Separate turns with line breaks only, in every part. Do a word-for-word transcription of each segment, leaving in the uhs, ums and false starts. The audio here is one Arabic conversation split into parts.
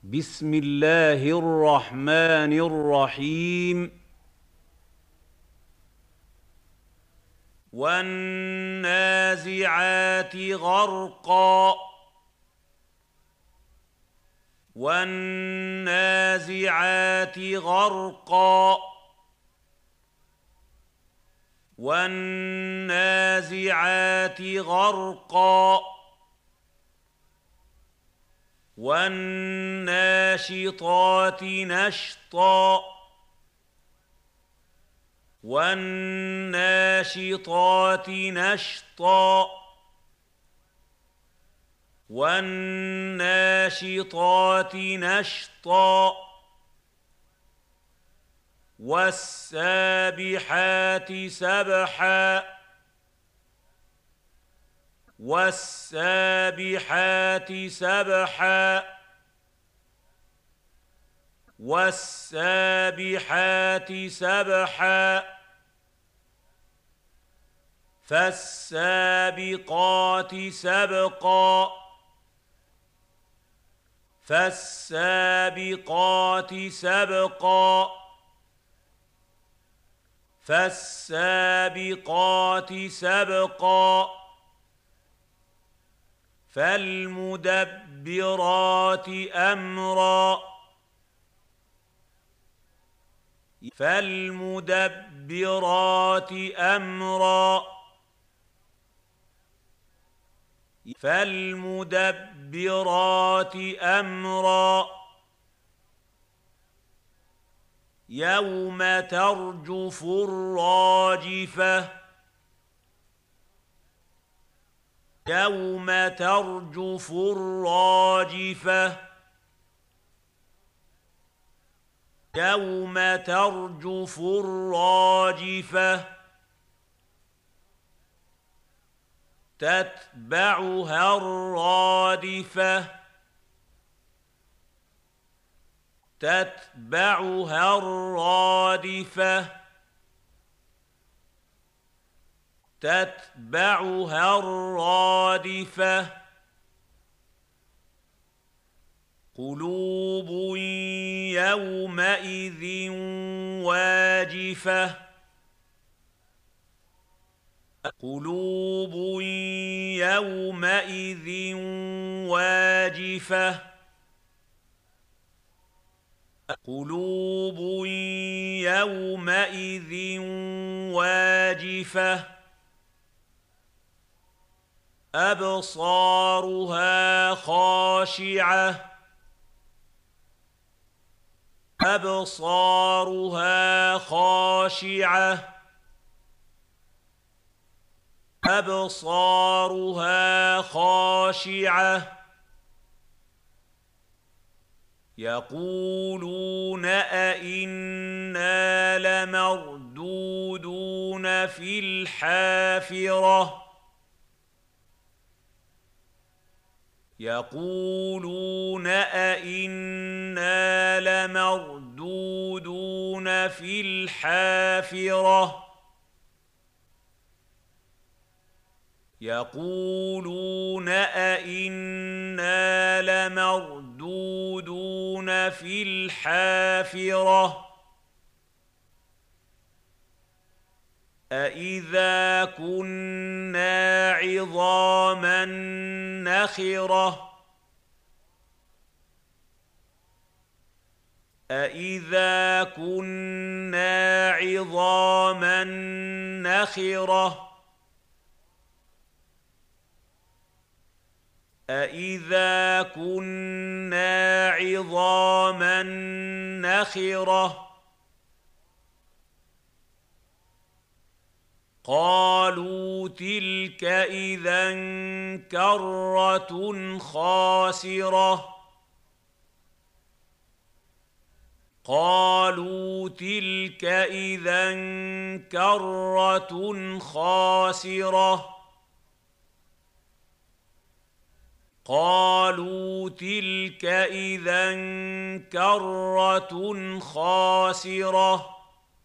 بسم الله الرحمن الرحيم. والنازعات غرقا والنازعات غرقا والنازعات غرقا والناشطات نشطا والناشطات نشطا والناشطات نشطا والسابحات سبحا والسابحات سبحا والسابحات سبحا فالسابقات سبقا فالسابقات سبقا فالسابقات سبقا فالمدبرات أمرا فالمدبرات أمرا فالمدبرات أمرا يوم ترجف الراجفة يوم ترجف الراجفة يوم ترجف الراجفة تتبعها الرادفة تتبعها الرادفة تتبعها الرادفة قلوب يومئذ واجفة قلوب يومئذ واجفة قلوب يومئذ واجفة أبصارها خاشعة أبصارها خاشعة أبصارها خاشعة يقولون أئنا لمردودون في الحافرة يقولون أئنا لمردودون في الحافرة يقولون أئنا لمردودون في الحافرة أإذا كنا عظاما نخرة أإذا كنا عظاما نخرة أإذا كنا عظاما نخرة قالوا تلك إذا كرة خاسرة قالوا تلك إذا كرة خاسرة قالوا تلك إذا كرة خاسرة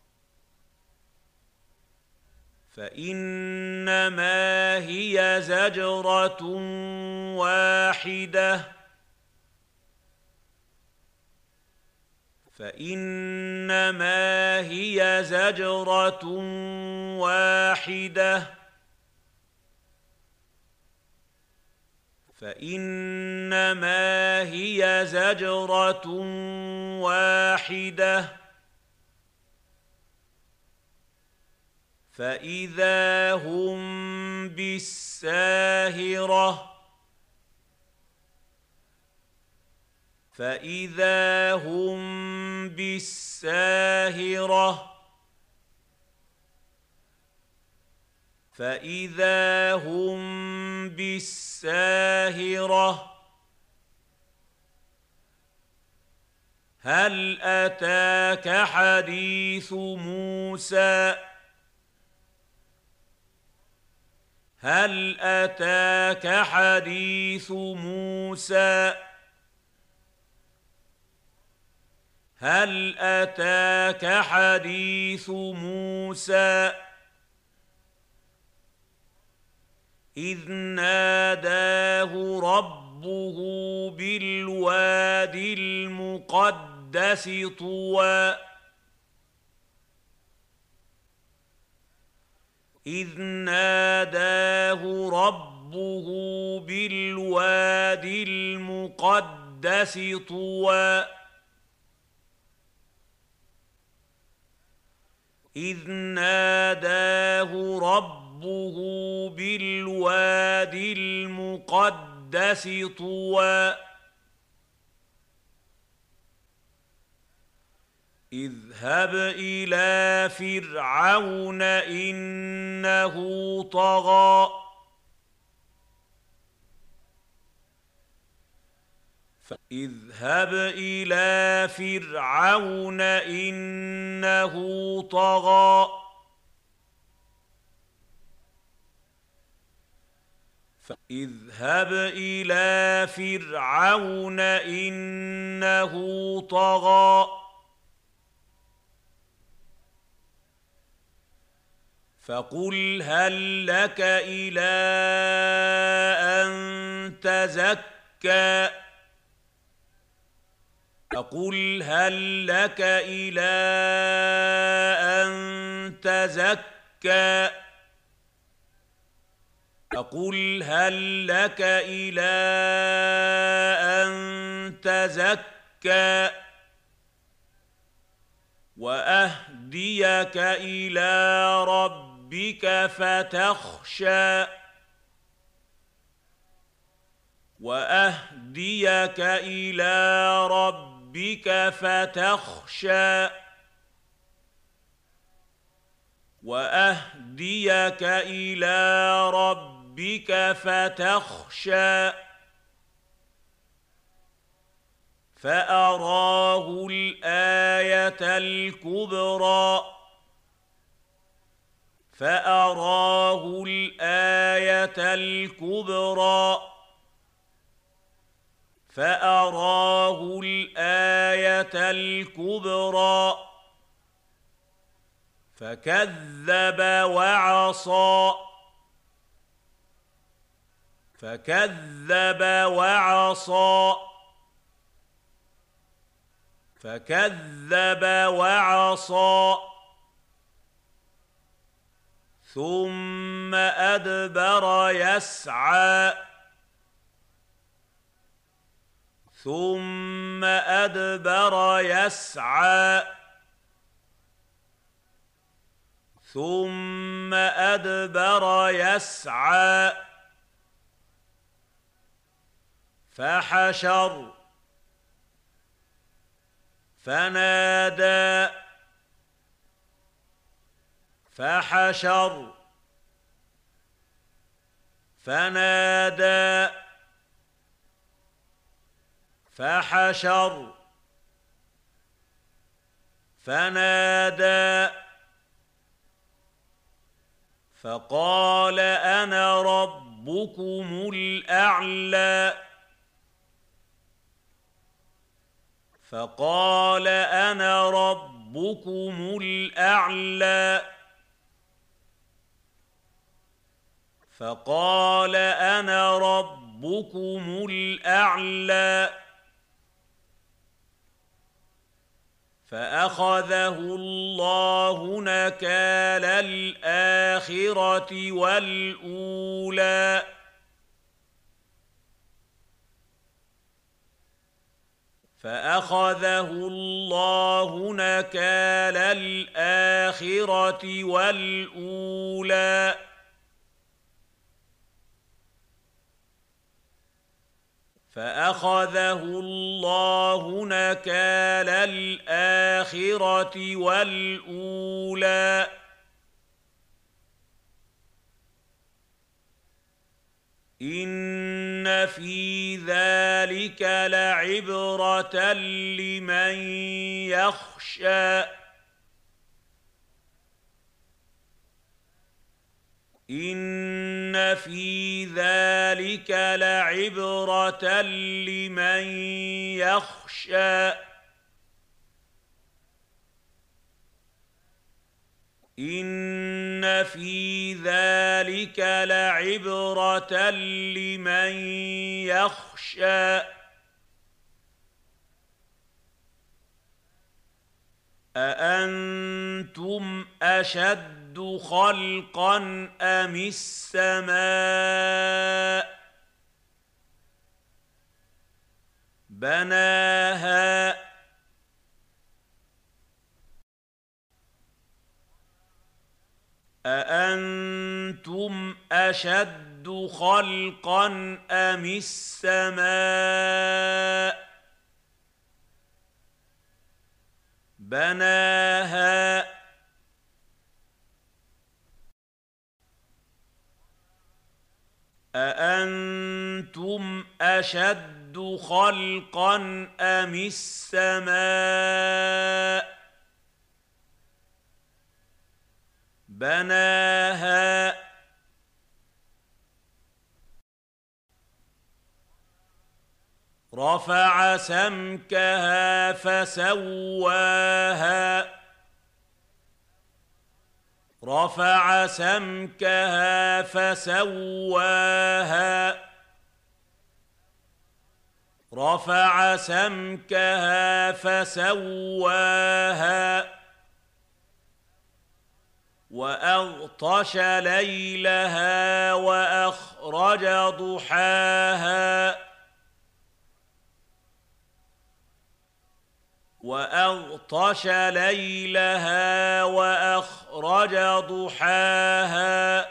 فإنما هي زجرة واحدة فإنما هي زجرة واحدة فإنما هي زجرة واحدة فإذا هم بالساهرة فإذا هم بالساهرة فإذا هم بالساهرة هل أتاك حديث موسى هل أتاك حديث موسى هل أتاك حديث موسى إذ ناداه ربه بالواد المقدس طوى إذ ناداه ربه بالواد المقدس طوى إذ ناداه ربه بالواد المقدس طوى اذهب إلى فرعون إنه طغى اذهب إلى فرعون إنه طغى اذهب إلى فرعون إنه طغى فقل هل لك إلى أن تزكى فقل هل لك إلى أن تزكى فقل هل لك إلى أن تزكى وأهديك إلى ربك فتخشى وأهديك إلى ربك فتخشى وأهديك إلى ربك فتخشى فأراه الآية الكبرى فأراه الآية الكبرى فأراه الآية الكبرى فكذب وعصى فكذب وعصى فكذب وعصى ثم أدبر يسعى ثم أدبر يسعى ثم أدبر يسعى فحشر فنادى فحشر فنادى فحشر فنادى فقال أنا ربكم الأعلى فقال أنا ربكم الأعلى فقال أنا ربكم الأعلى فأخذه الله نكال الآخرة والأولى فأخذه الله نكال الآخرة والأولى فأخذه الله نكال الآخرة والأولى إن في ذلك لعبرة لمن يخشى إن في ذلك لعبرة لمن يخشى إن في ذلك لعبرة لمن يخشى أأنتم أشد خلقا أم السماء بناها أأنتم أشد خلقا أم السماء بناها أأنتم أشد خلقا أم السماء بناها رفع سمكها فسواها رفع سمكها فسواها رفع سمكها فسواها وأغطش ليلها وأخرج ضحاها وأغطش ليلها وأخرج ضحاها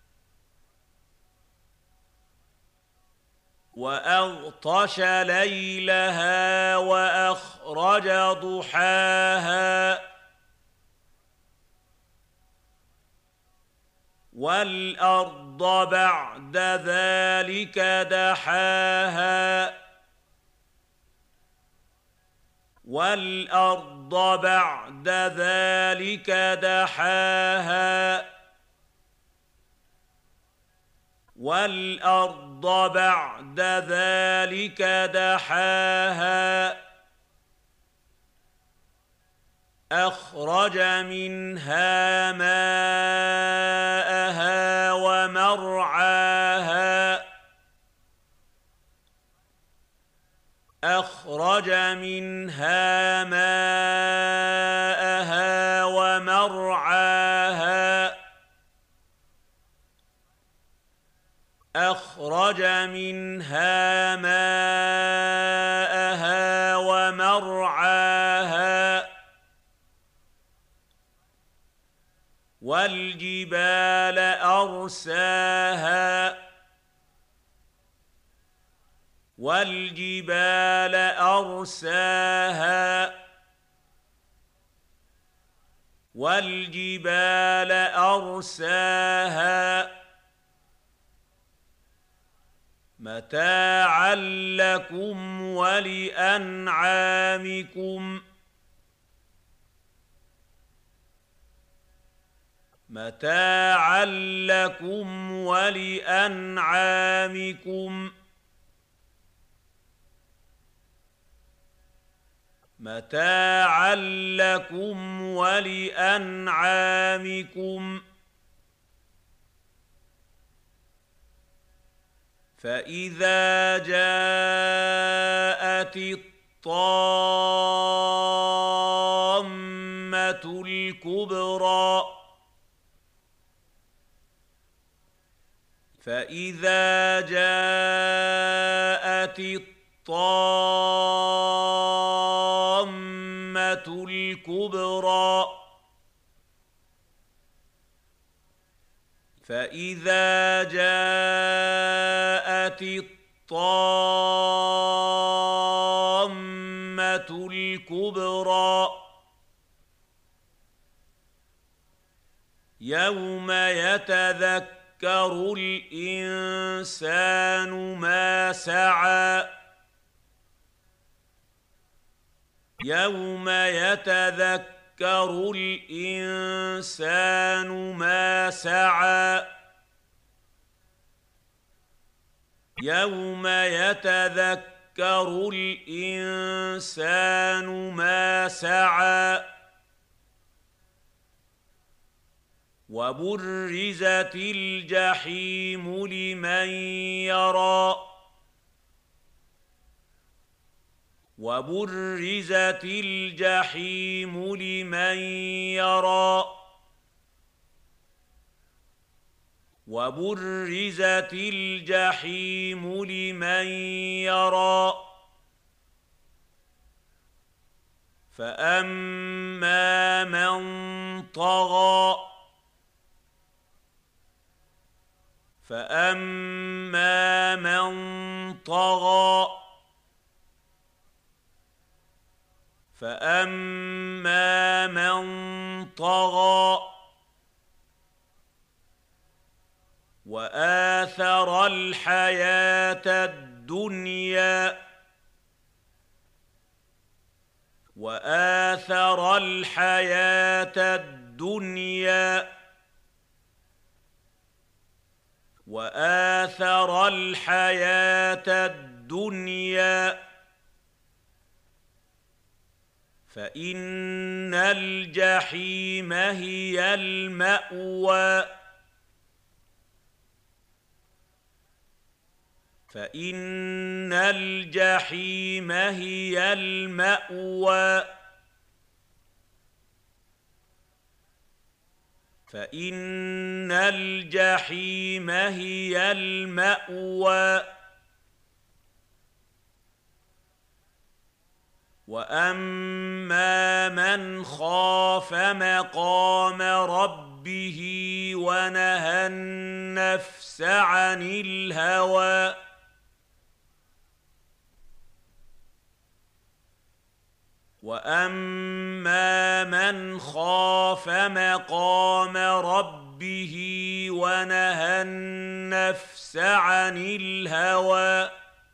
وأغطش ليلها وأخرج ضحاها والأرض بعد ذلك دحاها والأرض بعد ذلك دحاها والأرض بعد ذلك دحاها أخرج منها ماءها ومرعاها أخرج منها ماءها ومرعاها أخرج منها ماءها ومرعاها والجبال أرساها والجبال أرساها والجبال أرساها متاعا لكم ولأنعامكم متاعا لكم ولأنعامكم متاعا لكم ولأنعامكم فإذا جاءت الطامة فإذا جاءت الطامة الكبرى فإذا جاءت الطامة الكبرى يوم يتذكر الإنسان ما سعى يوم يتذكر الإنسان ما سعى يوم يتذكر الإنسان ما سعى وبرزت الجحيم لمن يرى وبرزت الجحيم لمن يرى وبرزت الجحيم لمن يرى فأما من طغى فأما من طغى فأما من طغى وآثر الحياة الدنيا وآثر الحياة الدنيا وآثر الحياة الدنيا فإن الجحيم هي المأوى فإن الجحيم هي المأوى فإن الجحيم هي المأوى وأما من خاف مقام ربه ونهى النفس عن الهوى وأما من خاف مقام ربه ونهى النفس عن الهوى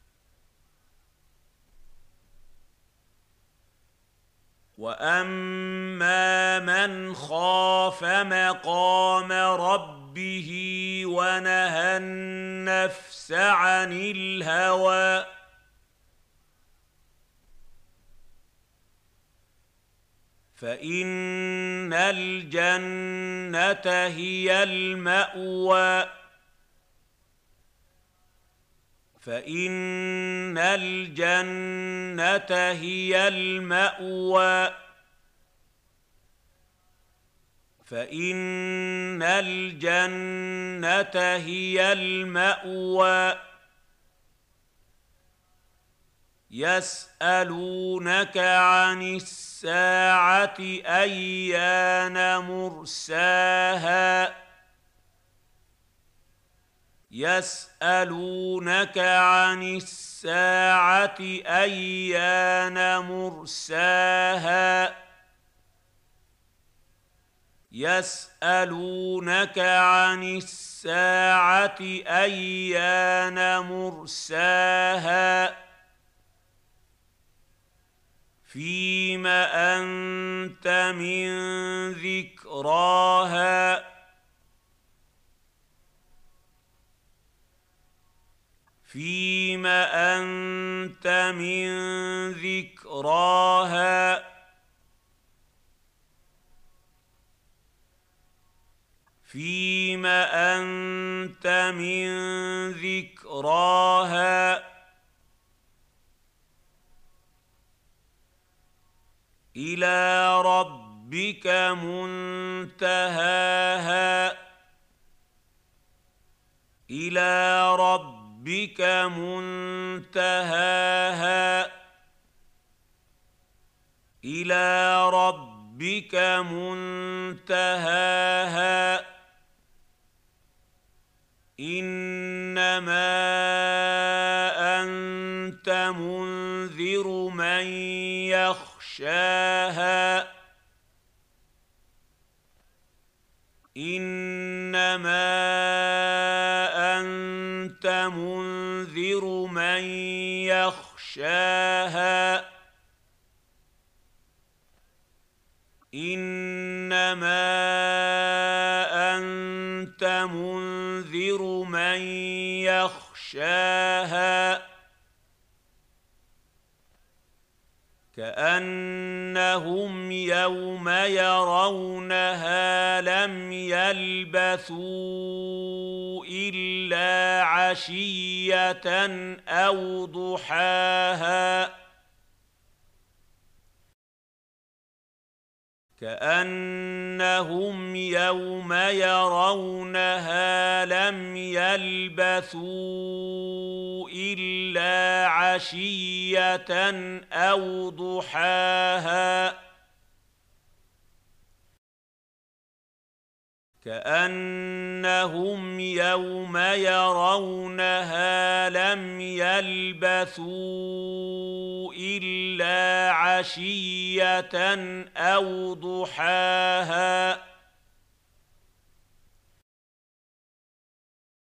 وأما من خاف مقام ربه ونهى النفس عن الهوى فإن الجنة هي المأوى فإن الجنة هي المأوى فإن الجنة هي المأوى يسألونك عن الساعة أيان مرساها يسألونك عن الساعة أيان مرساها يسألونك عن الساعة أيان مرساها فيم أنت من ذكراها فيم أنت من ذكراها فيم أنت من ذكراها إلى ربك منتهاها إلى ربك منتهاها إلى ربك منتهاها إنما أنت منذر من يخشاها إنما أنت منذر من يخشاها إنما أنت منذر من يخشاها كأنهم يوم يرونها لم يلبثوا إلا عشية أو ضحاها كأنهم يوم يرونها لم يلبثوا إلا عشية أو ضحاها كأنهم يوم يرونها لم يلبثوا إلا عشية أو ضحاها